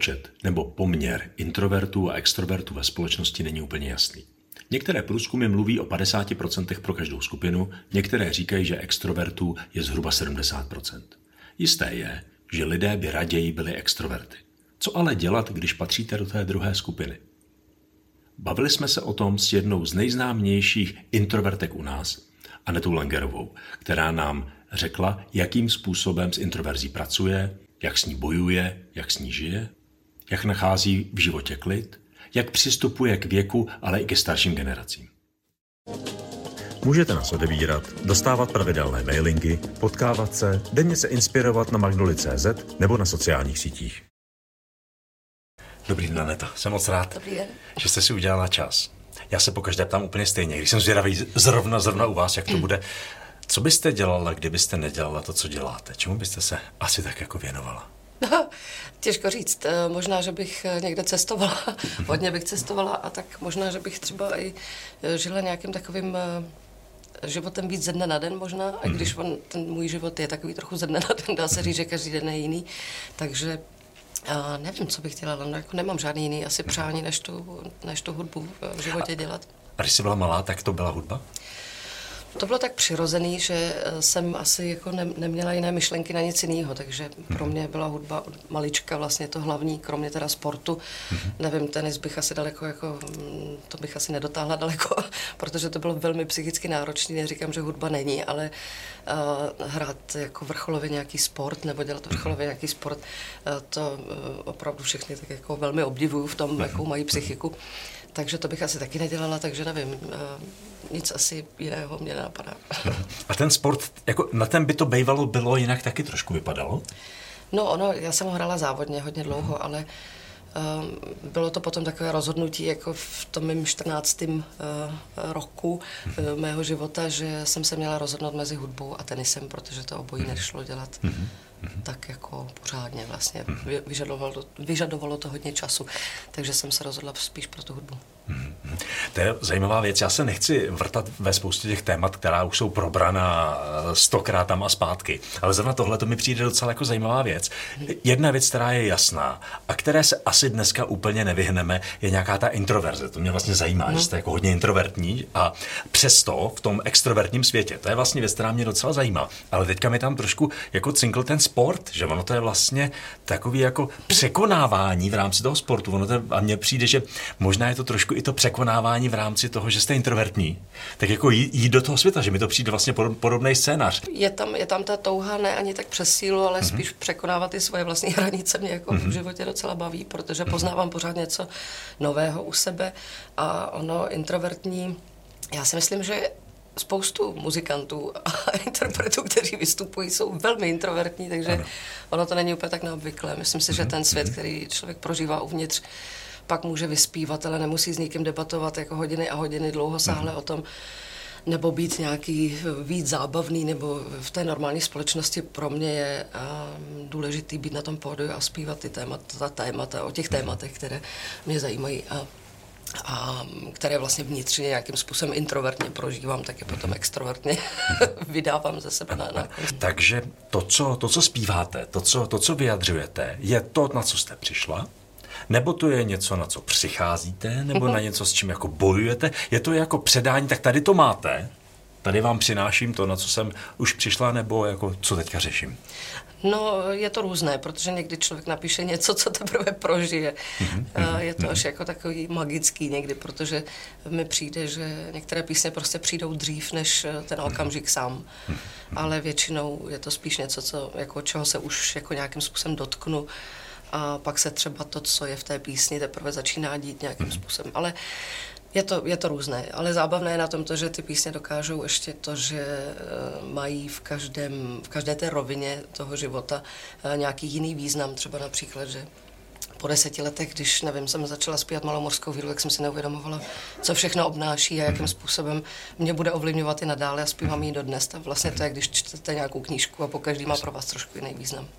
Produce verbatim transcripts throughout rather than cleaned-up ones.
počet nebo poměr introvertů a extrovertů ve společnosti není úplně jasný. Některé průzkumy mluví o padesáti procentech pro každou skupinu, některé říkají, že extrovertů je zhruba sedmdesát procent. Jisté je, že lidé by raději byli extroverty. Co ale dělat, když patříte do té druhé skupiny? Bavili jsme se o tom s jednou z nejznámějších introvertek u nás, Anetou Langerovou, která nám řekla, jakým způsobem s introverzí pracuje, jak s ní bojuje, jak s ní žije, jak nachází v životě klid, jak přistupuje k věku, ale i ke starším generacím. Můžete nás odebírat, dostávat pravidelné mailingy, potkávat se, denně se inspirovat na magnoli tečka cé zet nebo na sociálních sítích. Dobrý den, Aneta. Jsem moc rád, Dobrý den. že jste si udělala čas. Já se pokaždé ptám úplně stejně, když jsem zvědavý zrovna, zrovna u vás, jak to bude. Co byste dělala, kdybyste nedělala to, co děláte? Čemu byste se asi tak jako věnovala? No, těžko říct. Možná, že bych někde cestovala. Hodně bych cestovala a tak možná, že bych třeba i žila nějakým takovým životem víc ze dne na den možná. A když on, ten můj život je takový trochu ze dne na den, dá se říct, že každý den je jiný. Takže a nevím, co bych dělala. No, jako nemám žádný jiný asi přání, než tu, než tu hudbu v životě dělat. A když jsi byla malá, tak to byla hudba? To bylo tak přirozený, že jsem asi jako ne, neměla jiné myšlenky na nic jiného, takže pro mě byla hudba od malička vlastně to hlavní, kromě teda sportu. Mm-hmm. Nevím, tenis bych asi daleko, jako, to bych asi nedotáhla daleko, protože to bylo velmi psychicky náročné. Neříkám, že hudba není, ale uh, hrát jako vrcholově nějaký sport nebo dělat vrcholově nějaký sport, uh, to uh, opravdu všechny tak jako velmi obdivuju v tom, mm-hmm. jakou mají psychiku. Takže to bych asi taky nedělala, takže nevím, uh, nic asi jiného mě nenapadá. A ten sport, jako na ten by to bývalo bylo, jinak taky trošku vypadalo? No ono, já jsem ho hrála závodně hodně dlouho, ale um, bylo to potom takové rozhodnutí jako v tom mým čtrnáctém Uh, roku uh, mého života, že jsem se měla rozhodnout mezi hudbou a tenisem, protože to obojí nešlo dělat tak jako pořádně vlastně. Vyžadovalo to, vyžadovalo to hodně času, takže jsem se rozhodla spíš pro tu hudbu. To je zajímavá věc. Já se nechci vrtat ve spoustě těch témat, která už jsou probraná stokrát tam a zpátky. Ale zrovna tohle to mi přijde docela jako zajímavá věc. Jedna věc, která je jasná a které se asi dneska úplně nevyhneme, je nějaká ta introverze. To mě vlastně zajímá, hmm. že jste jako hodně introvertní a přesto v tom extrovertním světě. To je vlastně věc, která mě docela zajímá. Ale teďka mi tam trošku jako cinkl ten sport, že ono to je vlastně takový jako překonávání v rámci toho sportu. Ono to je, a mně přijde, že možná je to trošku i to překonávání v rámci toho, že jste introvertní, tak jako jít, jít do toho světa, že mi to přijde vlastně podobný scénář. Je tam, je tam ta touha, ne ani tak přes sílu, ale mm-hmm. spíš překonávat ty svoje vlastní hranice mě jako mm-hmm. v životě docela baví, protože poznávám pořád něco nového u sebe a ono introvertní, já si myslím, že spoustu muzikantů a interpretů, kteří vystupují, jsou velmi introvertní, takže ano. ono to není úplně tak neobvyklé. Myslím si, že ten svět, který člověk prožívá uvnitř, pak může vyspívat, ale nemusí s nikým debatovat jako hodiny a hodiny dlouhosáhle mm. o tom, nebo být nějaký víc zábavný, nebo v té normální společnosti pro mě je um, důležitý být na tom pódiu a zpívat ty témata, témata o těch tématech, které mě zajímají a, a které vlastně vnitřně nějakým způsobem introvertně prožívám, tak je potom extrovertně vydávám ze sebe na, na Takže to co, to, co zpíváte, to co, to, co vyjadřujete, je to, na co jste přišla? Nebo to je něco, na co přicházíte, nebo uh-huh. na něco, s čím jako bojujete? Je to jako předání, tak tady to máte, tady vám přináším to, na co jsem už přišla, nebo jako co teďka řeším? No, je to různé, protože někdy člověk napíše něco, co teprve prožije. Uh-huh. Je to až jako takový magický někdy, protože mi přijde, že některé písně prostě přijdou dřív, než ten okamžik sám. Uh-huh. Ale většinou je to spíš něco, co, jako, čeho se už jako nějakým způsobem dotknu. A pak se třeba to, co je v té písni, teprve začíná dít nějakým způsobem. Ale je to, je to různé. Ale zábavné je na tom to, že ty písně dokážou ještě to, že mají v, každém, v každé té rovině toho života nějaký jiný význam. Třeba například, že po deseti letech, když, nevím, jsem začala zpívat Malou mořskou víru, tak jsem si neuvědomovala, co všechno obnáší a jakým způsobem mě bude ovlivňovat i nadále a zpívám ji dodnes. A vlastně to je, když čtete nějakou knížku a pokaždý má pro vás trošku jiný význam.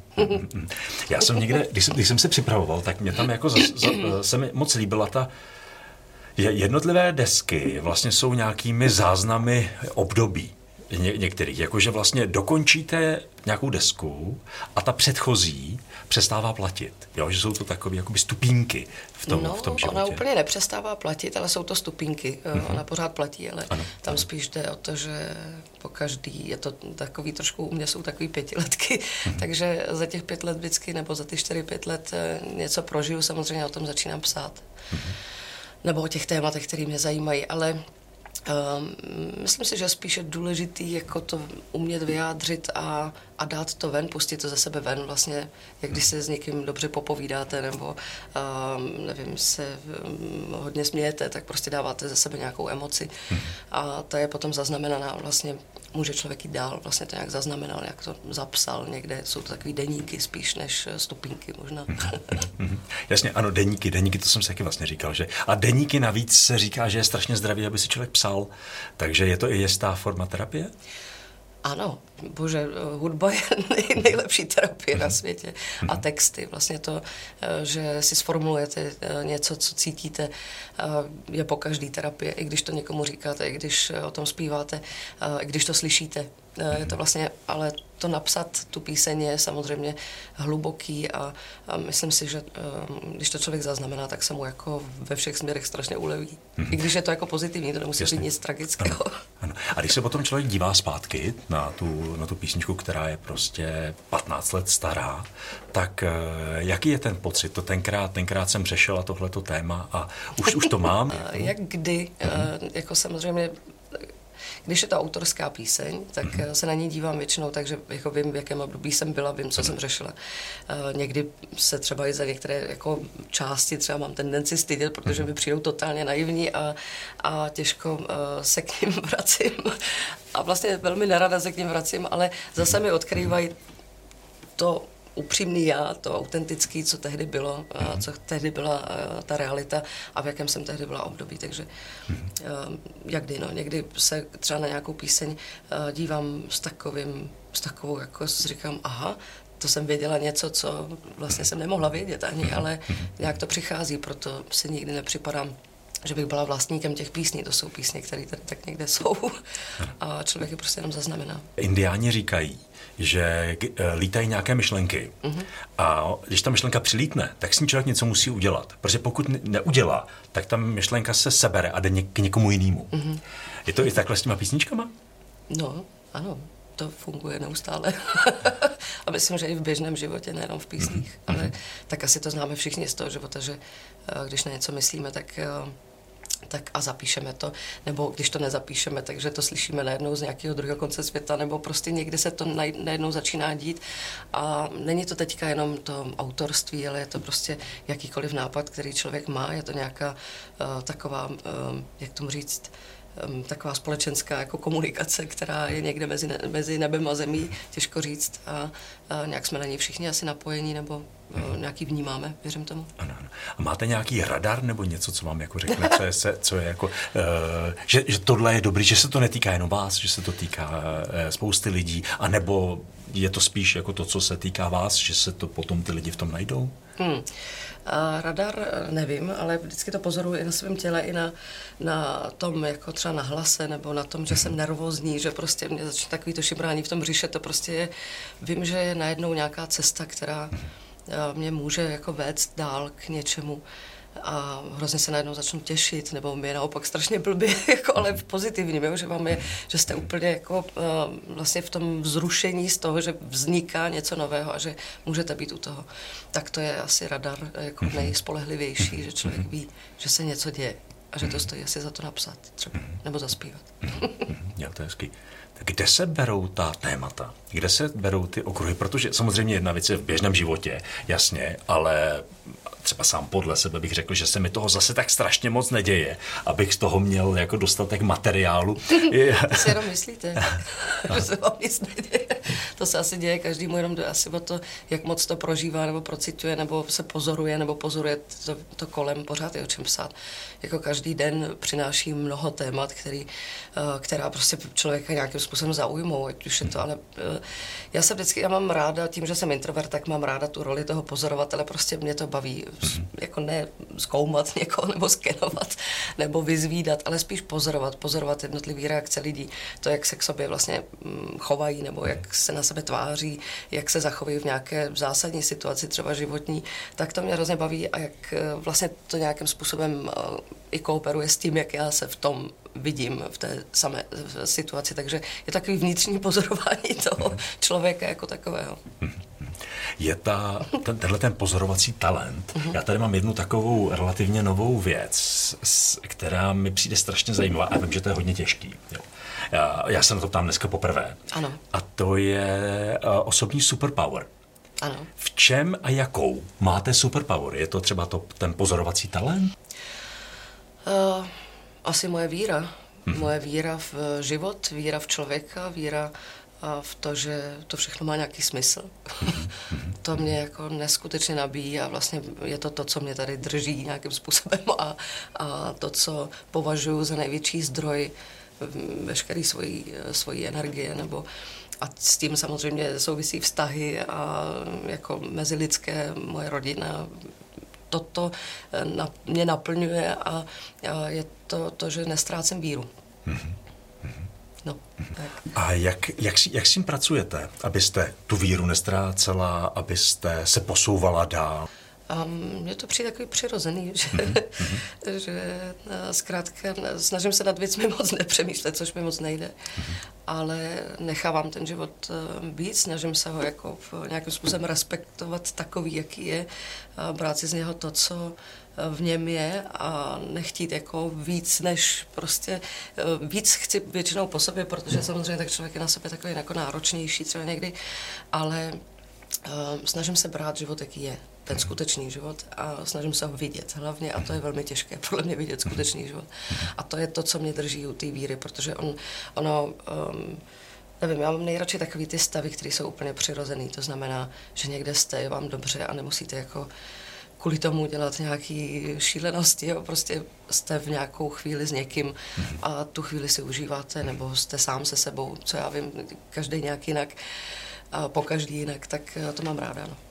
Já jsem někde, když jsem, když jsem se připravoval, tak mě tam jako za, za, se mi moc líbila ta jednotlivé desky vlastně jsou nějakými záznamy období. ně, některých, jakože vlastně dokončíte nějakou desku a ta předchozí přestává platit. Jo, že jsou to takové jakoby stupínky v tom, no, v tom životě. Ona úplně nepřestává platit, ale jsou to stupínky. Mm-hmm. Ona pořád platí, ale ano, tam ano. spíš jde o to, že po každý je to takový trošku, u mě jsou takový pětiletky, mm-hmm. takže za těch pět let vždycky, nebo za ty čtyři, pět let něco prožiju, samozřejmě o tom začínám psát. Mm-hmm. Nebo o těch tématech, které mě zajímají, ale Um, myslím si, že spíš je důležitý jako to umět vyjádřit a, a dát to ven, pustit to ze sebe ven, vlastně, jak když se s někým dobře popovídáte, nebo um, nevím, se um, hodně smějete, tak prostě dáváte ze sebe nějakou emoci a ta je potom zaznamenaná, vlastně může člověk jít dál, vlastně to nějak zaznamenal, jak to zapsal někde, jsou to takový deníky spíš než stupínky možná. Jasně, ano, deníky, deníky, to jsem si taky vlastně říkal, že a deníky navíc se říká, že je strašně zdravý, aby si člověk psal, takže je to i jistá forma terapie? Ano, bože, hudba je nej, nejlepší terapie na světě a texty, vlastně to, že si sformulujete něco, co cítíte, je po každý terapie, i když to někomu říkáte, i když o tom zpíváte, i když to slyšíte. Je to vlastně, ale to napsat, tu píseň je samozřejmě hluboký a, a myslím si, že když to člověk zaznamená, tak se mu jako ve všech směrech strašně uleví. Mm-hmm. I když je to jako pozitivní, to nemusí Jasně. být nic tragického. Ano, ano. A když se potom člověk dívá zpátky na tu, na tu písničku, která je prostě patnáct let stará, tak jaký je ten pocit? To tenkrát, tenkrát jsem řešila tohleto téma a už, už to mám. Jak kdy, mm-hmm. jako samozřejmě když je to autorská píseň, tak mm-hmm. se na ní dívám většinou, takže jako vím, v jakém období jsem byla, vím, co mm-hmm. jsem řešila. Uh, někdy se třeba i za některé jako části třeba mám tendenci stydět, protože mm-hmm. mi přijdou totálně naivní a, a těžko uh, se k ním vracím. A vlastně velmi nerada se k ním vracím, ale zase mi odkrývají to upřímný já, to autentický, co tehdy bylo, a co tehdy byla ta realita a v jakém jsem tehdy byla období, takže jak kdy, no, někdy se třeba na nějakou píseň dívám s takovým, s takovou, jako si říkám, aha, to jsem věděla něco, co vlastně jsem nemohla vědět ani, ale nějak to přichází, proto si nikdy nepřipadám, že bych byla vlastníkem těch písní, to jsou písně, které tady tak někde jsou a člověk je prostě jenom zaznamená. Indiáni říkají, že lítají nějaké myšlenky mm-hmm. a když ta myšlenka přilítne, tak s ní člověk něco musí udělat, protože pokud neudělá, tak ta myšlenka se sebere a jde k někomu jinému. Mm-hmm. Je to i takhle s těma písničkama? No, ano, to funguje neustále. A myslím, že i v běžném životě, nejenom v písních, mm-hmm. ale tak asi to známe všichni z toho života, že když na něco myslíme, tak tak a zapíšeme to, nebo když to nezapíšeme, takže to slyšíme najednou z nějakého druhého konce světa, nebo prostě někde se to najednou začíná dít a není to teďka jenom to autorství, ale je to prostě jakýkoliv nápad, který člověk má, je to nějaká uh, taková, uh, jak tomu říct, um, taková společenská jako komunikace, která je někde mezi, ne, mezi nebem a zemí, těžko říct a, a nějak jsme na ní všichni asi napojení, nebo uh, nějaký vnímáme, věřím tomu. Ano, ano. A máte nějaký radar nebo něco, co vám jako řekne, co je, se, co je jako, uh, že, že tohle je dobrý, že se to netýká jenom vás, že se to týká uh, spousty lidí, anebo je to spíš jako to, co se týká vás, že se to potom ty lidi v tom najdou? Hmm. A radar nevím, ale vždycky to pozoruji i na svém těle, i na, na tom, jako třeba na hlase, nebo na tom, že jsem nervózní, že prostě mě začne takový to šibrání v tom břiše, to prostě je, vím, že je najednou nějaká cesta, která mě může jako vést dál k něčemu a hrozně se najednou začnu těšit, nebo mi je naopak strašně blbě, jako, ale v pozitivním, jo, že vám je, že jste úplně jako uh, vlastně v tom vzrušení z toho, že vzniká něco nového a že můžete být u toho. Tak to je asi radar jako nejspolehlivější, že člověk ví, že se něco děje a že to stojí asi za to napsat třeba, nebo zaspívat. Jo, to je hezký. Kde se berou ta témata? Kde se berou ty okruhy? Protože samozřejmě jedna věc je v běžném životě, jasně, ale třeba sám podle sebe bych řekl, že se mi toho zase tak strašně moc neděje, abych z toho měl jako dostatek materiálu. Si jenom myslíte, že se vám nic neděje. to se asi děje každému, jenom jde asi o to, jak moc to prožívá, nebo procituje, nebo se pozoruje, nebo pozoruje to, to kolem, pořád je o čem psát. Jako každý den přináší mnoho témat, který, která prostě člověka nějakým způsobem zaujmou, ať už je to, ale já se vždycky, já mám ráda, tím, že jsem introvert, tak mám ráda tu roli toho pozorovatele, prostě mě to baví, jako ne zkoumat někoho, nebo skenovat, nebo vyzvídat, ale spíš pozorovat, pozorovat jednotlivé reakce lidí, to, jak se k sobě vlastně chovají, nebo jak se na sebe tváří, jak se zachovají v nějaké zásadní situaci, třeba životní, tak to mě hrozně baví a jak vlastně to nějakým způsobem i kooperuje s tím, jak já se v tom vidím v té samé situaci, takže je takový vnitřní pozorování toho člověka jako takového. Je ta, ten, tenhle ten pozorovací talent. Já tady mám jednu takovou relativně novou věc, která mi přijde strašně zajímavá a vím, že to je hodně těžký. Jo. Já, já se na to ptám dneska poprvé. Ano. A to je uh, osobní superpower. Ano. V čem a jakou máte superpower? Je to třeba to, ten pozorovací talent? Uh, asi moje víra. Hmm. Moje víra v život, víra v člověka, víra a v to, že to všechno má nějaký smysl. To mě jako neskutečně nabíjí a vlastně je to to, co mě tady drží nějakým způsobem a, a to, co považuji za největší zdroj veškeré svojí, svojí energie, nebo a s tím samozřejmě souvisí vztahy a jako mezilidské, moje rodina. Toto na, mě naplňuje a, a je to to, že nestrácím víru. No, tak. A jak, jak, si, jak s tím pracujete, abyste tu víru nestrácela, abyste se posouvala dál? Um, mně to přijde takový přirozený, že, mm-hmm. že zkrátka snažím se nad věcmi moc nepřemýšlet, což mi moc nejde, mm-hmm. ale nechávám ten život být, snažím se ho jako v nějakým způsobem respektovat takový, jaký je, brát si z něho to, co v něm je a nechtít jako víc než prostě, víc chci většinou po sobě, protože samozřejmě tak člověk je na sebe takový jako náročnější třeba někdy, ale uh, snažím se brát život, jaký je, ten skutečný život a snažím se ho vidět hlavně a to je velmi těžké, podle mě vidět skutečný život. A to je to, co mě drží u té víry, protože on, ono, um, nevím, já mám nejradši takový ty stavy, které jsou úplně přirozený, to znamená, že někde jste, je vám dobře a nemusíte jako kvůli tomu dělat nějaký šílenosti, jo? Prostě jste v nějakou chvíli s někým a tu chvíli si užíváte, nebo jste sám se sebou, co já vím, každý nějak jinak a po každý jinak, tak to mám ráda, no.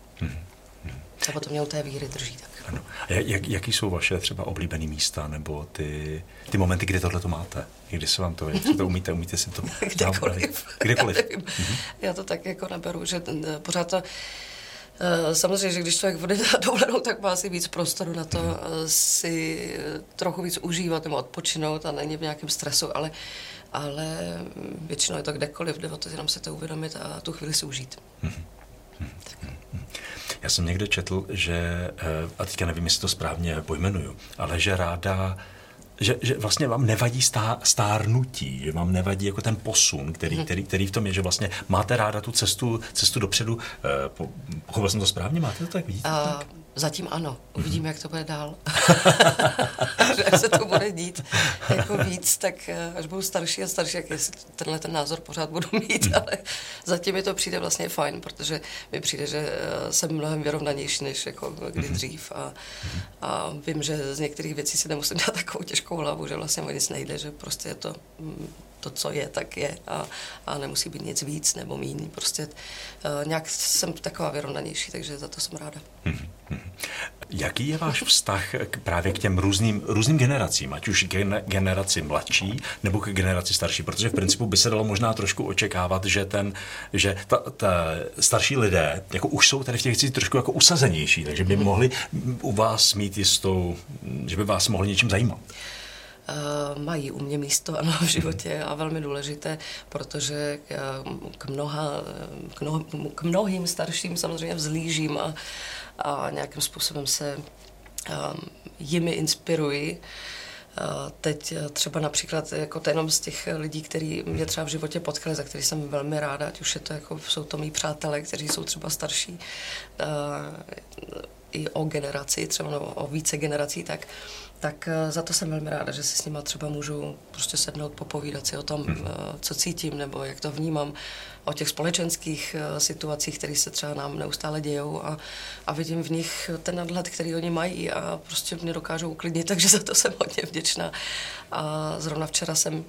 A potom mě u té víry drží, tak. Ano. A jak, jaký jsou vaše třeba oblíbené místa, nebo ty, ty momenty, kdy tohle to máte? Kdy se vám to je? To umíte, umíte si to? Kdekoliv. Kdekoliv. Já, mm-hmm. já to tak jako neberu, že pořád to samozřejmě, že když člověk bude na dovolenou, tak má asi víc prostoru na to si trochu víc užívat nebo odpočinout a není v nějakém stresu, ale, ale většinou je to kdekoliv, jde o to jenom se to uvědomit a tu chvíli si užít. Tak. Já jsem někde četl, že, a teďka nevím, jestli to správně pojmenuju, ale že ráda Že, že vlastně vám nevadí stá, stárnutí, že vám nevadí jako ten posun, který, hmm. který, který v tom je, že vlastně máte ráda tu cestu, cestu dopředu. Pochopil jsem to správně? Máte to tak? Vidíte to tak? Zatím ano. Uvidíme, jak to bude dál. Až se to bude dít jako víc, tak až budu starší a starší, jak jestli tenhle ten názor pořád budu mít, ale zatím mi to přijde vlastně fajn, protože mi přijde, že jsem mnohem vyrovnanější, než jako kdy dřív a, a vím, že z některých věcí si nemusím dát takovou těžkou hlavu, že vlastně o nic nejde, že prostě je to to, co je, tak je a, a nemusí být nic víc nebo míň. Prostě uh, nějak jsem taková vyrovnanější, takže za to jsem ráda. Jaký je váš vztah k, právě k těm různým, různým generacím, ať už gen, generaci mladší nebo k generaci starší? Protože v principu by se dalo možná trošku očekávat, že, ten, že ta, ta starší lidé jako už jsou tady v těch věcích trošku jako usazenější, takže by mohli u vás mít jistou, že by vás mohli něčím zajímat. Uh, mají u mě místo ano, v životě a velmi důležité, protože k, mnoha, k, mnoho, k mnohým starším samozřejmě vzlížím a, a nějakým způsobem se um, jimi inspiruji. Uh, teď třeba například jako to jenom z těch lidí, kteří mě třeba v životě potkali, za který jsem velmi ráda, ať už je to jako, jsou to mý přátelé, kteří jsou třeba starší. Uh, i o generaci, třeba no, o více generací, tak, tak za to jsem velmi ráda, že si s nima třeba můžu prostě sednout, popovídat si o tom, hmm. co cítím, nebo jak to vnímám, o těch společenských situacích, které se třeba nám neustále dějou a, a vidím v nich ten nadhled, který oni mají a prostě mě dokážou uklidnit, takže za to jsem hodně vděčná. A zrovna včera jsem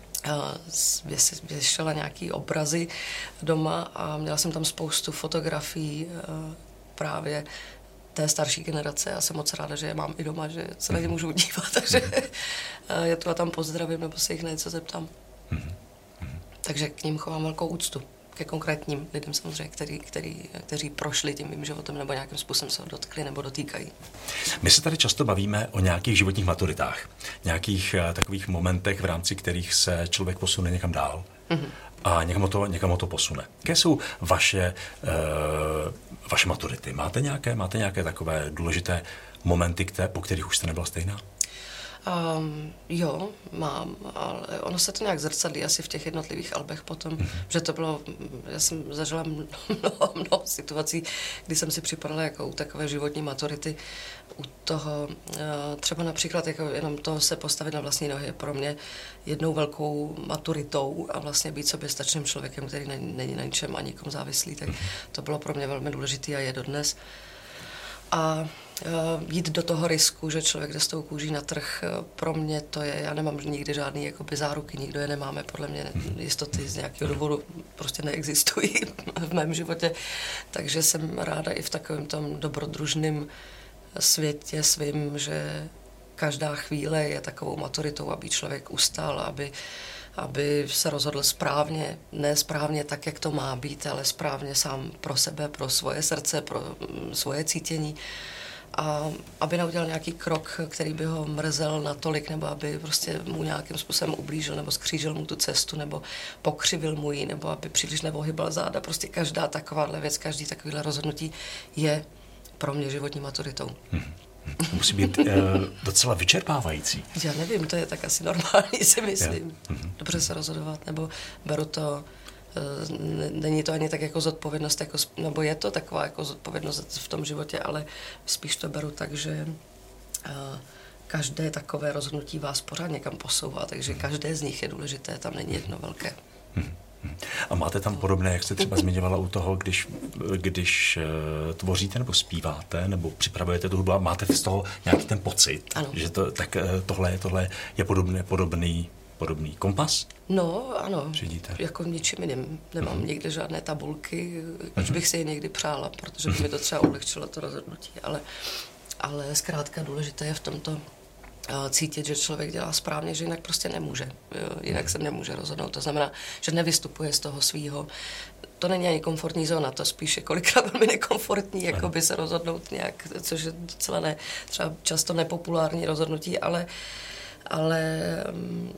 věšela nějaký obrazy doma a měla jsem tam spoustu fotografií právě té starší generace a jsem moc ráda, že je mám i doma, že se na ně můžu dívat, takže je tu a tam pozdravím nebo se jich na něco zeptám. Takže k ním chovám velkou úctu. Ke konkrétním lidem samozřejmě, který, který, kteří prošli tím mým životem nebo nějakým způsobem se ho dotkli nebo dotýkají. My se tady často bavíme o nějakých životních maturitách, nějakých uh, takových momentech, v rámci kterých se člověk posune někam dál mm-hmm. a někam to, někam to posune. Jaké jsou vaše, uh, vaše maturity? Máte nějaké, máte nějaké takové důležité momenty, které, po kterých už jste nebyla stejná? Um, jo, mám, ale ono se to nějak zrcadlí asi v těch jednotlivých albech potom, mm-hmm. že to bylo, já jsem zažila mnoho, mnoho situací, kdy jsem si připadala jako u takové životní maturity, u toho, uh, třeba například jako jenom to se postavit na vlastní nohy je pro mě jednou velkou maturitou a vlastně být soběstačným člověkem, který není na ničem a nikom závislý, tak to bylo pro mě velmi důležité a je dodnes. A uh, jít do toho risku, že člověk jde s tou kůží na trh, pro mě to je, já nemám nikdy žádný jakoby záruky, nikdo je nemáme, podle mě jistoty z nějakého důvodu prostě neexistují v mém životě, takže jsem ráda i v takovém tom dobrodružném světě svým, že každá chvíle je takovou maturitou, aby člověk ustál, aby aby se rozhodl správně, ne správně tak, jak to má být, ale správně sám pro sebe, pro svoje srdce, pro svoje cítění a aby neudělal nějaký krok, který by ho mrzel natolik, nebo aby prostě mu nějakým způsobem ublížil, nebo skřížil mu tu cestu, nebo pokřivil mu ji, nebo aby příliš neohybal záda. Prostě každá takováhle věc, každý takovýhle rozhodnutí je pro mě životní maturitou. Hmm. To musí být uh, docela vyčerpávající. Já nevím, to je tak asi normální, si myslím. Yeah. Dobře se rozhodovat, nebo beru to, uh, není to ani tak jako zodpovědnost, jako, nebo je to taková jako zodpovědnost v tom životě, ale spíš to beru tak, že uh, každé takové rozhodnutí vás pořád někam posouvá, takže každé z nich je důležité, tam není jedno velké. Hmm. A máte tam podobné, jak jste třeba zmiňovala u toho, když, když uh, tvoříte nebo zpíváte, nebo připravujete tu hudbu a máte z toho nějaký ten pocit, ano. že to, tak uh, tohle, tohle je podobný, podobný, podobný kompas? No, ano, Řídíte. Jako ničím jiným. Nemám uh-huh. někde žádné tabulky, už uh-huh. bych si je někdy přála, protože by mi to třeba ulehčilo to rozhodnutí, ale, ale zkrátka důležité je v tomto cítit, že člověk dělá správně, že jinak prostě nemůže. Jo, jinak se nemůže rozhodnout. To znamená, že nevystupuje z toho svýho. To není ani komfortní zóna, to spíš je kolikrát velmi nekomfortní, jako by se rozhodnout nějak, což je docela ne, třeba často nepopulární rozhodnutí, ale, ale um,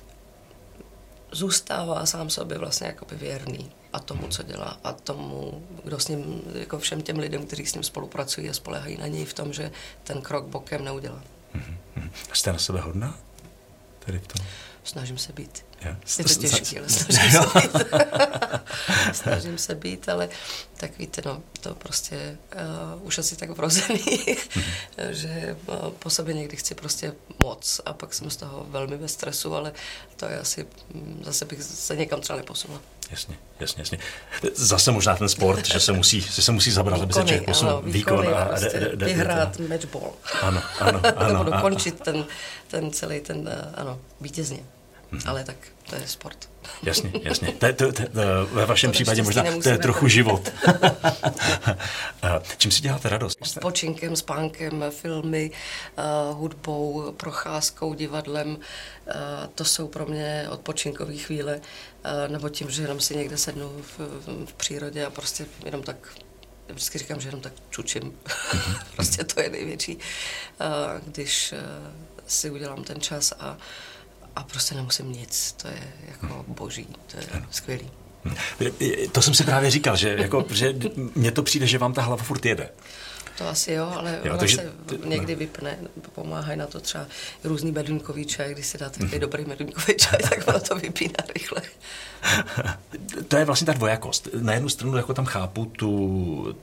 zůstává sám sobě vlastně jakoby věrný a tomu, co dělá a tomu, kdo s ním, jako všem těm lidem, kteří s ním spolupracují a spoléhají na něj v tom, že ten krok bokem neudělá. Mm-hmm. Jste na sebe hodná? Tady v tom? Snažím se být. Yeah. Je to těžké, ale snažím se být. snažím se být, ale tak víte, no, to prostě uh, už asi tak vrozený, mm-hmm. že uh, po sobě někdy chci prostě moc a pak jsem z toho velmi ve stresu, ale to je asi, zase bych se někam třeba neposunula. Jasně, jasně, jasně. Zase možná ten sport, že se musí, že se musí zabrat, aby se člověk posunul. Výkon a prostě de, de, vyhrát de, matchball. Ano, ano, ano. Dokončit ten, ten celý ten, ano, vítězně. Hmm. Ale tak to je sport. Jasně, jasně. To, to, to, to, ve vašem to případě možná to je trochu život. Čím si děláte radost? Odpočinkem, spánkem, filmy, uh, hudbou, procházkou, divadlem. Uh, to jsou pro mě odpočinkové chvíle. Uh, nebo tím, že jenom si někde sednu v, v, v přírodě a prostě jenom tak, já vždycky říkám, že jenom tak čučím. Prostě to je největší. Uh, když uh, si udělám ten čas a A prostě nemusím nic, to je jako boží, to je skvělý. To jsem si právě říkal, že, jako, že mně to přijde, že vám ta hlava furt jede. To asi jo, ale jo, ona takže, se někdy no. vypne, pomáhají na to třeba různý meduňkový čaj, když si dáte takový dobrý meduňkový čaj, tak ono to vypíná rychle. To je vlastně ta dvojakost. Na jednu stranu jako tam chápu tu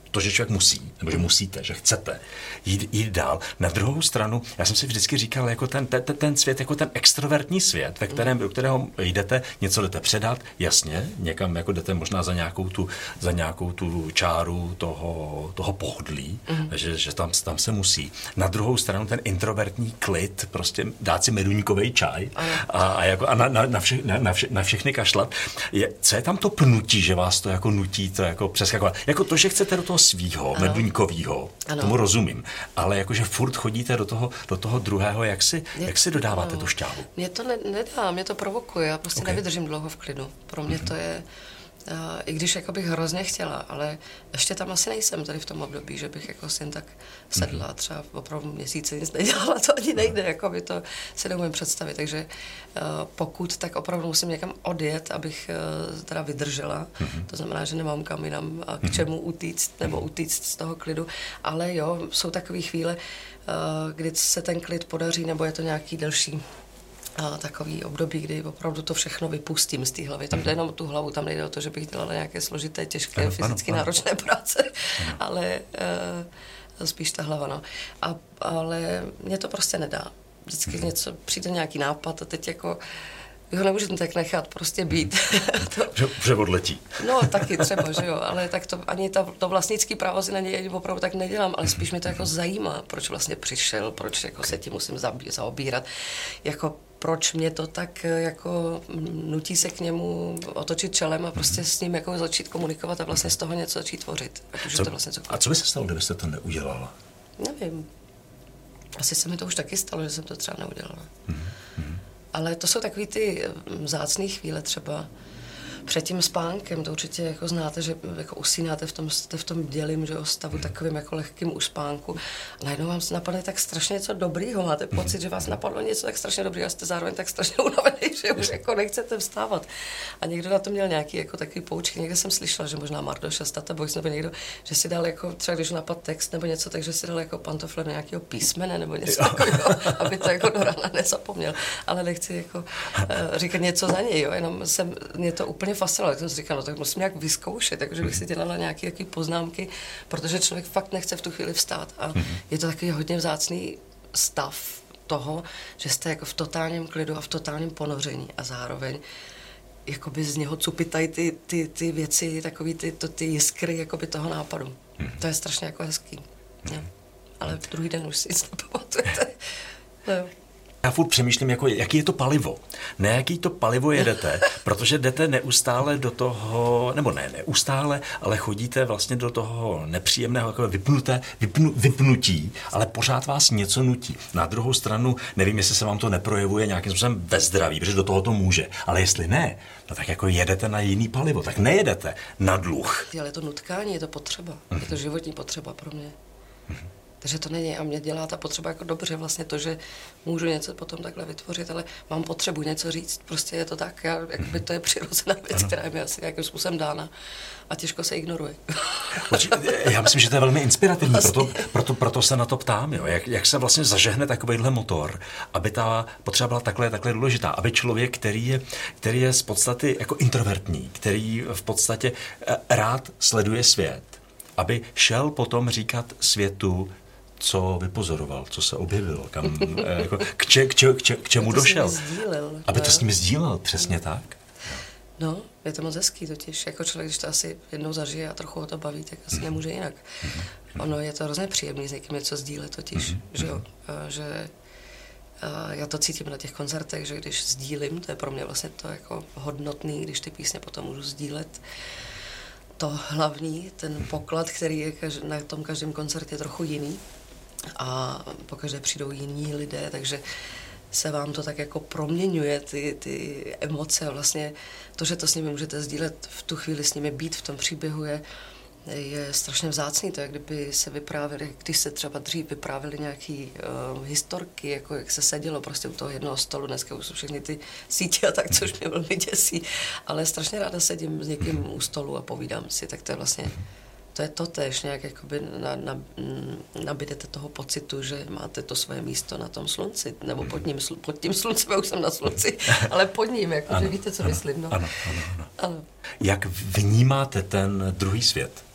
to, že člověk musí, nebo že musíte, že chcete jít, jít dál. Na druhou stranu, já jsem si vždycky říkal, jako ten, ten, ten svět, jako ten extrovertní svět, ve kterém, do kterého jdete, něco jdete předat, jasně, někam jako jdete možná za nějakou tu, za nějakou tu čáru toho, toho pohodlí, mm. že, že tam, tam se musí. Na druhou stranu ten introvertní klid, prostě dát si meduňkovej čaj a, a, jako, a na, na, na, vše, na, na, vše, na všechny kašlat. Je, co je tam to pnutí, že vás to jako nutí to jako přeskakovat? Jako to, že chcete do toho svýho, ano. meduňkovýho, ano. tomu rozumím, ale jakože furt chodíte do toho, do toho druhého, jak si, mě, jak si dodáváte no, tu šťávu? Mě to ne, nedá, mě to provokuje, já prostě okay. nevydržím dlouho v klidu. Pro mě mm-hmm. to je, uh, i když jako bych hrozně chtěla, ale ještě tam asi nejsem tady v tom období, že bych jako si jen tak sedla a třeba opravdu měsíce nic nedělala, to ani nejde, jako by to si neumím představit, takže uh, pokud, tak opravdu musím někam odjet, abych uh, teda vydržela, mm-hmm. to znamená, že nemám kam jinam a k čemu utíct, nebo utíct z toho klidu, ale jo, jsou takové chvíle, uh, kdy se ten klid podaří, nebo je to nějaký delší a takový období, kdy opravdu to všechno vypustím z té hlavy. Tam jde jenom tu hlavu, tam nejde o to, že bych dělala nějaké složité, těžké, ano, fyzicky ano, náročné ano. práce, ano. ale uh, spíš ta hlava, no. A, ale mě to prostě nedá. Vždycky hmm. něco, přijde nějaký nápad a teď jako vy ho nemůžete tak nechat prostě být. to, že odletí. No, taky třeba, že jo, ale tak to ani ta, to vlastnický právo si na něj opravdu tak nedělám, ale spíš mě to jako zajímá, proč vlastně přišel, proč jako se tím musím zabí, zaobírat, jako proč mě to tak jako nutí se k němu otočit čelem a prostě s ním jako začít komunikovat a vlastně z toho něco začít tvořit. Co, to vlastně a co by se stalo, kdybyste to neudělala? Nevím. Asi se mi to už taky stalo, že jsem to třeba neudělala. Mm-hmm. Ale to jsou takový ty vzácné chvíle třeba před tím spánkem, to určitě jako znáte, že jako usínáte v tom, jste v tom dělim, že o stavu takovým jako lehkým uspánku. A najednou vám se napadne tak strašně něco dobrýho, máte pocit, že vás napadlo něco tak strašně dobrýho a jste zároveň tak strašně unavený, že už jako nechcete vstávat. A někdo na to měl nějaký jako takový poučky, někde jsem slyšela, že možná Mardoš a Stata Boys nebo někdo, že si dal jako třeba když napad text nebo něco, takže si dal jako pantofle do nějakého písmene nebo něco takového, aby to jako do rána nezapomněl. Ale nechci jako uh, říkat něco za něj, jo, jenom jsem, mě to úplně fascinovalo, tak jsem si říkala, no tak musím nějak vyzkoušet, takže bych si dělala nějaké poznámky, protože člověk fakt nechce v tu chvíli vstát a mm-hmm. je to takový hodně vzácný stav toho, že jste jako v totálním klidu a v totálním ponoření a zároveň jakoby z něho cupitají ty, ty, ty věci, takový ty, to, ty jiskry jakoby toho nápadu. Mm-hmm. To je strašně jako hezký. Mm-hmm. Ale v druhý den už si nic nepamatujete. No. Já furt přemýšlím, jako, jaký je to palivo. Ne, jaký to palivo jedete, protože jdete neustále do toho, nebo ne neustále, ale chodíte vlastně do toho nepříjemného, jako vypnuté, vypnu, vypnutí, ale pořád vás něco nutí. Na druhou stranu, nevím, jestli se vám to neprojevuje nějakým způsobem ve zdraví, protože do toho to může, ale jestli ne, no tak jako jedete na jiný palivo, tak nejedete na dluh. Ale je to nutkání, je to potřeba, je to životní potřeba pro mě. Takže to není a mě dělá ta potřeba jako dobře vlastně to, že můžu něco potom takhle vytvořit, ale mám potřebu něco říct, prostě je to tak, já, jakoby to je přirozená věc, ano. která je mi asi nějakým způsobem dána a těžko se ignoruje. Já myslím, že to je velmi inspirativní, proto, proto, proto se na to ptám, jo. Jak, jak se vlastně zažehne takovýhle motor, aby ta potřeba byla takhle, takhle důležitá, aby člověk, který je, který je z podstaty jako introvertní, který v podstatě rád sleduje svět, aby šel potom říkat světu, co vypozoroval, co se objevilo, kam, jako, k, če, k, če, k, če, k čemu došel. Sdílel, aby to s nimi sdílel, přesně tak. No, je to moc hezký totiž. Jako člověk, když to asi jednou zažije a trochu ho to baví, tak asi mm. nemůže jinak. Mm. Ono je to hrozně příjemný s někým něco sdílet totiž, mm. že jo. A že a já to cítím na těch koncertech, že když sdílím, to je pro mě vlastně to jako hodnotný, když ty písně potom můžu sdílet. To hlavní, ten poklad, který je na tom každém koncertě trochu jiný a pokaždé přijdou jiní lidé, takže se vám to tak jako proměňuje, ty, ty emoce, vlastně to, že to s nimi můžete sdílet, v tu chvíli s nimi být v tom příběhu je, je strašně vzácný, to je, kdyby se vyprávěli, když se třeba dřív vyprávěli nějaký uh, historky, jako jak se sedělo prostě u toho jednoho stolu, dneska už jsou všechny ty sítě a tak, což mě velmi děsí, ale strašně ráda sedím s někým u stolu a povídám si, tak to je vlastně, to je totéž, nějak jakoby na, na, nabídete toho pocitu, že máte to svoje místo na tom slunci, nebo pod, ním, pod tím sluncem, já už jsem na slunci, ale pod ním, jako, ano, že víte, co ano, myslím. No. Ano, ano, ano. ano. Jak vnímáte ten druhý svět?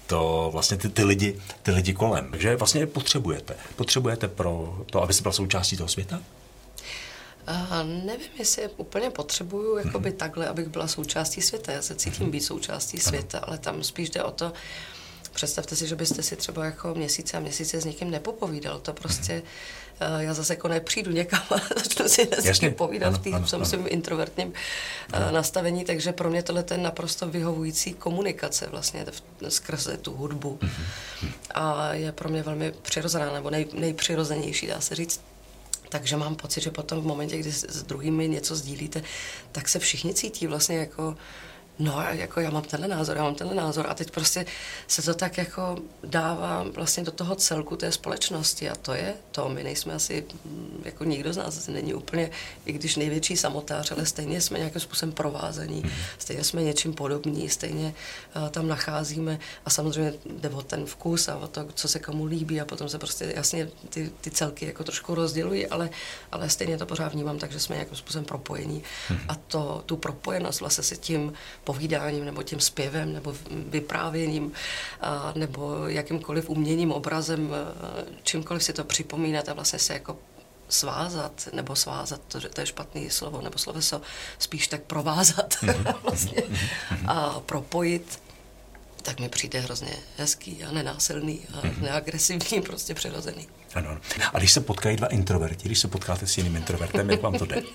to vlastně ty, ty, lidi, ty lidi kolem. Takže vlastně je potřebujete. Potřebujete pro to, aby jste byla součástí toho světa? Uh, nevím, jestli úplně potřebuju jakoby mm-hmm. takhle, abych byla součástí světa. Já se cítím být součástí světa, ale tam spíš jde o to, představte si, že byste si třeba jako měsíce a měsíce s někým nepopovídal. To prostě, uh, já zase jako nepřijdu někam a začnu si s někým povídat v tom svém introvertním uh, nastavení, takže pro mě tohle je naprosto vyhovující komunikace vlastně v, skrze tu hudbu. Mm-hmm. A je pro mě velmi přirozená, nebo nej, nejpřirozenější, dá se říct. Takže mám pocit, že potom v momentě, kdy s druhými něco sdílíte, tak se všichni cítí vlastně jako, no, jako já mám tenhle názor, já mám tenhle názor a teď prostě se to tak jako dává vlastně do toho celku té společnosti a to je to. My nejsme asi, jako nikdo z nás není úplně, i když největší samotář, ale stejně jsme nějakým způsobem provázaní, stejně jsme něčím podobní, stejně uh, tam nacházíme a samozřejmě jde o ten vkus a o to, co se komu líbí a potom se prostě jasně ty, ty celky jako trošku rozdělují, ale, ale stejně to pořád vnímám, takže jsme nějakým způsobem propojení a to, tu propojenost vlastně se tím povídáním, nebo tím zpěvem, nebo vyprávěním, a, nebo jakýmkoliv uměním, obrazem, čímkoliv si to připomínat a vlastně se jako svázat, nebo svázat, to, to je špatný slovo, nebo sloveso, spíš tak provázat vlastně, a propojit, tak mi přijde hrozně hezký a nenásilný a neagresivní, prostě přirozený. Ano. A když se potkají dva introverti, když se potkáte s jiným introvertem, jak vám to jde?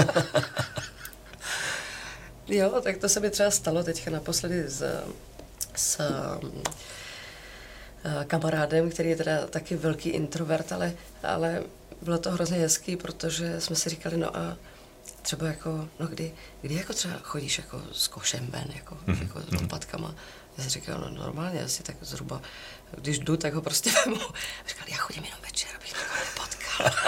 Jo, tak to se mi třeba stalo teďka naposledy s, s kamarádem, který je teda taky velký introvert, ale, ale bylo to hrozně hezký, protože jsme si říkali, no a třeba jako, no kdy, kdy jako třeba chodíš jako s košem ven, jako, mm-hmm. jako s lopatkama. Já si říkal, no normálně, asi tak zhruba, když jdu, tak ho prostě vemu. A říkal, já chodím jenom večer, abych někoho nepotkal.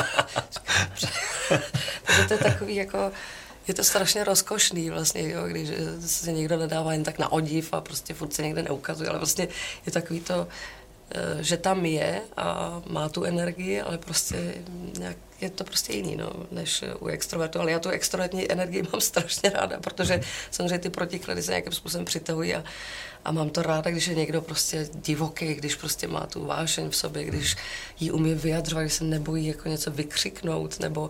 Takže to je takový jako, je to strašně rozkošný vlastně, jo, když se někdo nedává jen tak na odiv a prostě furt se někde neukazuje, ale vlastně je takový to, že tam je a má tu energii, ale prostě nějak je to prostě jiný, no, než u extrovertu, ale já tu extrovertní energii mám strašně ráda, protože samozřejmě ty protiklady se nějakým způsobem přitahují a, a mám to ráda, když je někdo prostě divoký, když prostě má tu vášeň v sobě, když ji umí vyjadřovat, když se nebojí jako něco vykřiknout, nebo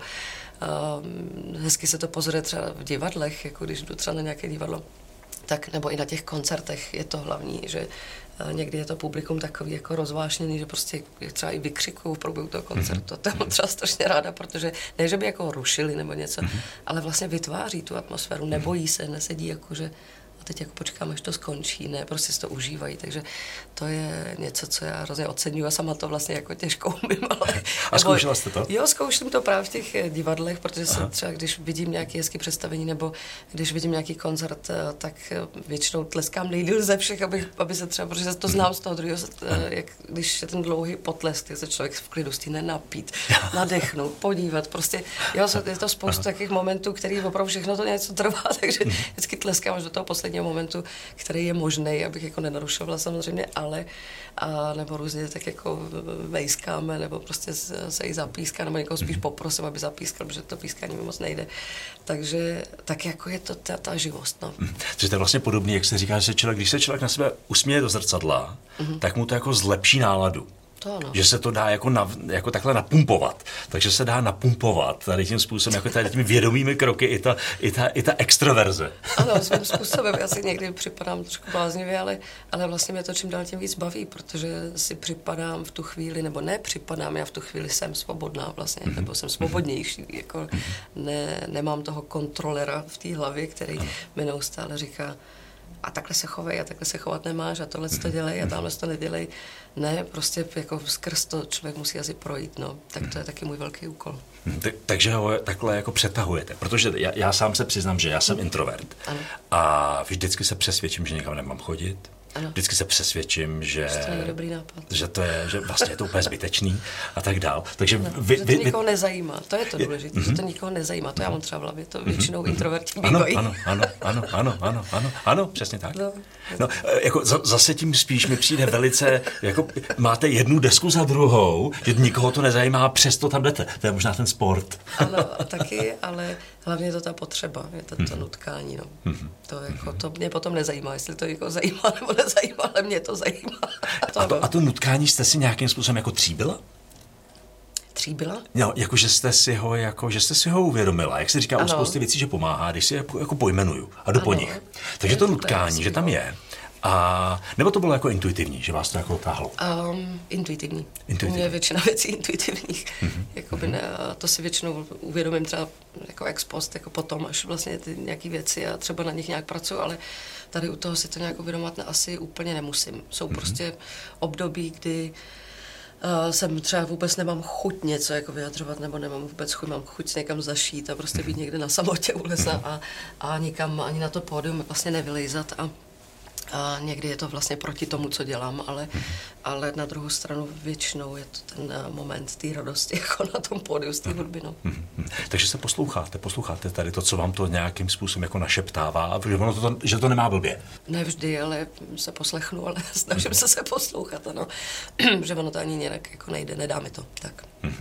uh, hezky se to pozoruje třeba v divadlech, jako když jdu třeba na nějaké divadlo, tak nebo i na těch koncertech je to hlavní, že někdy je to publikum takový jako rozvášněný, že prostě třeba i vykřikují v průběhu toho koncertu. Mm-hmm. To mám třeba strašně ráda, protože ne, že by jako rušili nebo něco, mm-hmm. ale vlastně vytváří tu atmosféru, nebojí se, nesedí jako, že a teď jako počkám, až to skončí, ne, prostě si to užívají, takže to je něco, co já hrozně oceňuji a sama to vlastně jako těžko umím, ale... A zkoušela jste to? Jo, zkouším to právě v těch divadlech, protože se třeba, když vidím nějaké hezké představení nebo když vidím nějaký koncert, tak většinou tleskám nejdýl ze všech, aby, aby se třeba, protože to znám z toho druhého, jak když je ten dlouhý potlesk, tak se člověk v klidu stihne napít, nadechnout, podívat, prostě, jo, je to spoustu takových momentů, který opravdu všechno to něco trvá, takže vždycky tleskám až do toho posledního momentu, který je možný, abych jako nenarušovala samozřejmě, ale a nebo různě tak jako vejskáme, nebo prostě se jí zapíská, nebo někoho spíš poprosím, aby zapískal, protože to pískání mi moc nejde. Takže tak jako je to ta, ta živost, no. Takže to je vlastně podobné, jak se říká, že člověk, když se člověk na sebe usměje do zrcadla, mm-hmm. tak mu to jako zlepší náladu. To, no. Že se to dá jako, na, jako takhle napumpovat. Takže se dá napumpovat tady tím způsobem, jako tady těmi vědomými kroky i ta, i ta, i ta extroverze. Ano, svým způsobem. Já si někdy připadám trošku bláznivě, ale, ale vlastně mě to čím dál tím víc baví, protože si připadám v tu chvíli, nebo ne připadám, já v tu chvíli jsem svobodná vlastně, mm-hmm. nebo jsem svobodnější. Jako ne, nemám toho kontrolera v té hlavě, který mi neustále říká, a takhle se chovej, a takhle se chovat nemáš, a tohle to dělej, a tamhle to nedělej. Ne, prostě jako skrz to člověk musí asi projít, no. Tak to je taky můj velký úkol. Tak, takže ho takhle jako přetahujete, protože já, já sám se přiznám, že já jsem introvert. Ano. A vždycky se přesvědčím, že někam nemám chodit. Ano. Vždycky se přesvědčím, že, že to je dobrý nápad. Že to je, že vlastně je to úplně zbytečný a tak dál. Takže no, vy, že to vy, nikoho vy... nezajímá, to je to důležité, mm-hmm. že to nikoho nezajímá, to já mám třeba v hlavě, to většinou mm-hmm. introverti bývají. Ano, ano, ano, ano, ano, ano, ano, přesně tak. No, no jako zase tím spíš mi přijde velice, jako máte jednu desku za druhou, že nikoho to nezajímá, přesto tam jdete. To je možná ten sport. Ano, taky, ale hlavně je to ta potřeba, je to, to nutkání, no. Mm-hmm. To, jako, to mě potom nezajímá, jestli to někoho zajímá nebo nezajímá, ale mě to zajímá. To a, to, a to nutkání jste si nějakým způsobem jako tříbila? Tříbila? No, jako že jste si ho, jako, že jste si ho uvědomila. Jak se říká u spousty věcí, že pomáhá, když si je jako, jako pojmenuju a jdu ano. po nich. Takže to nutkání, že tam je. A nebo to bylo jako intuitivní, že vás to jako táhlo? Um, intuitivní. Intuitivní. U mě je většina věcí intuitivních. Mm-hmm. Jakoby ne, to si většinou uvědomím třeba jako ex post, jako potom, až vlastně ty nějaké věci a třeba na nich nějak pracuji, ale tady u toho si to nějak uvědomovat asi úplně nemusím. Jsou mm-hmm. prostě období, kdy Uh, jsem třeba vůbec nemám chuť něco jako vyjadřovat, nebo nemám vůbec chuť, mám chuť se někam zašít a prostě být někde na samotě u lesa a, a nikam ani na to pódium vlastně nevylejzat a A někdy je to vlastně proti tomu, co dělám, ale, ale na druhou stranu většinou je to ten moment té radosti, jako na tom pódiu z té hudby. No. Takže se posloucháte, posloucháte tady to, co vám to nějakým způsobem jako našeptává, že, ono to, že to nemá blbě. Ne vždy, ale se poslechnu, ale snažím se se poslouchat, ano. Že ono to ani nějak jako nejde, nedá mi to. Tak.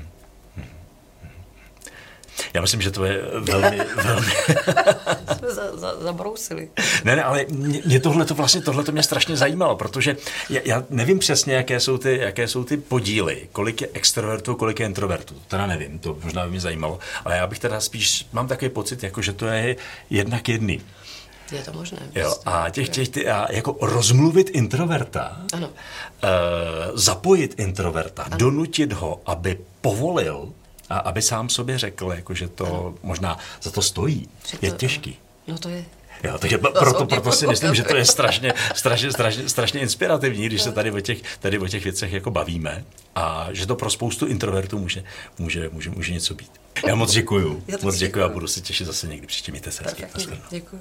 Já myslím, že to je velmi, velmi... Jsme za, za, zabrousili. Ne, ne, ale mě, mě tohle to vlastně, tohle to mě strašně zajímalo, protože já, já nevím přesně, jaké jsou, ty, jaké jsou ty podíly, kolik je extrovertů, kolik je introvertů. To teda nevím, to možná by mě zajímalo, ale já bych teda spíš, mám takový pocit, jako, že to je jednak jedný. Je to možné. Jo, a těch, těch, ty, a jako rozmluvit introverta, ano. Uh, zapojit introverta, ano. Donutit ho, aby povolil, a aby sám sobě řekl, jako, že to ano. možná za to stojí, to, je těžký. No to je. Jo, takže to proto, proto si myslím, že to je strašně, strašně, strašně, strašně inspirativní, když se tady o těch, tady o těch věcech jako bavíme a že to pro spoustu introvertů může, může, může, může něco být. Já moc děkuju, Já moc děkuju a budu se těšit zase někdy příště, mějte se hezky. Děkuju.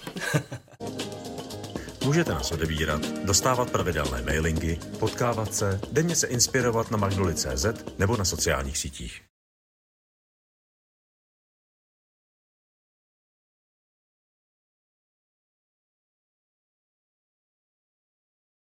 Můžete nás odebírat, dostávat pravidelné mailingy, potkávat se, denně se inspirovat na magnoli tečka cé zet nebo na sociálních sítích.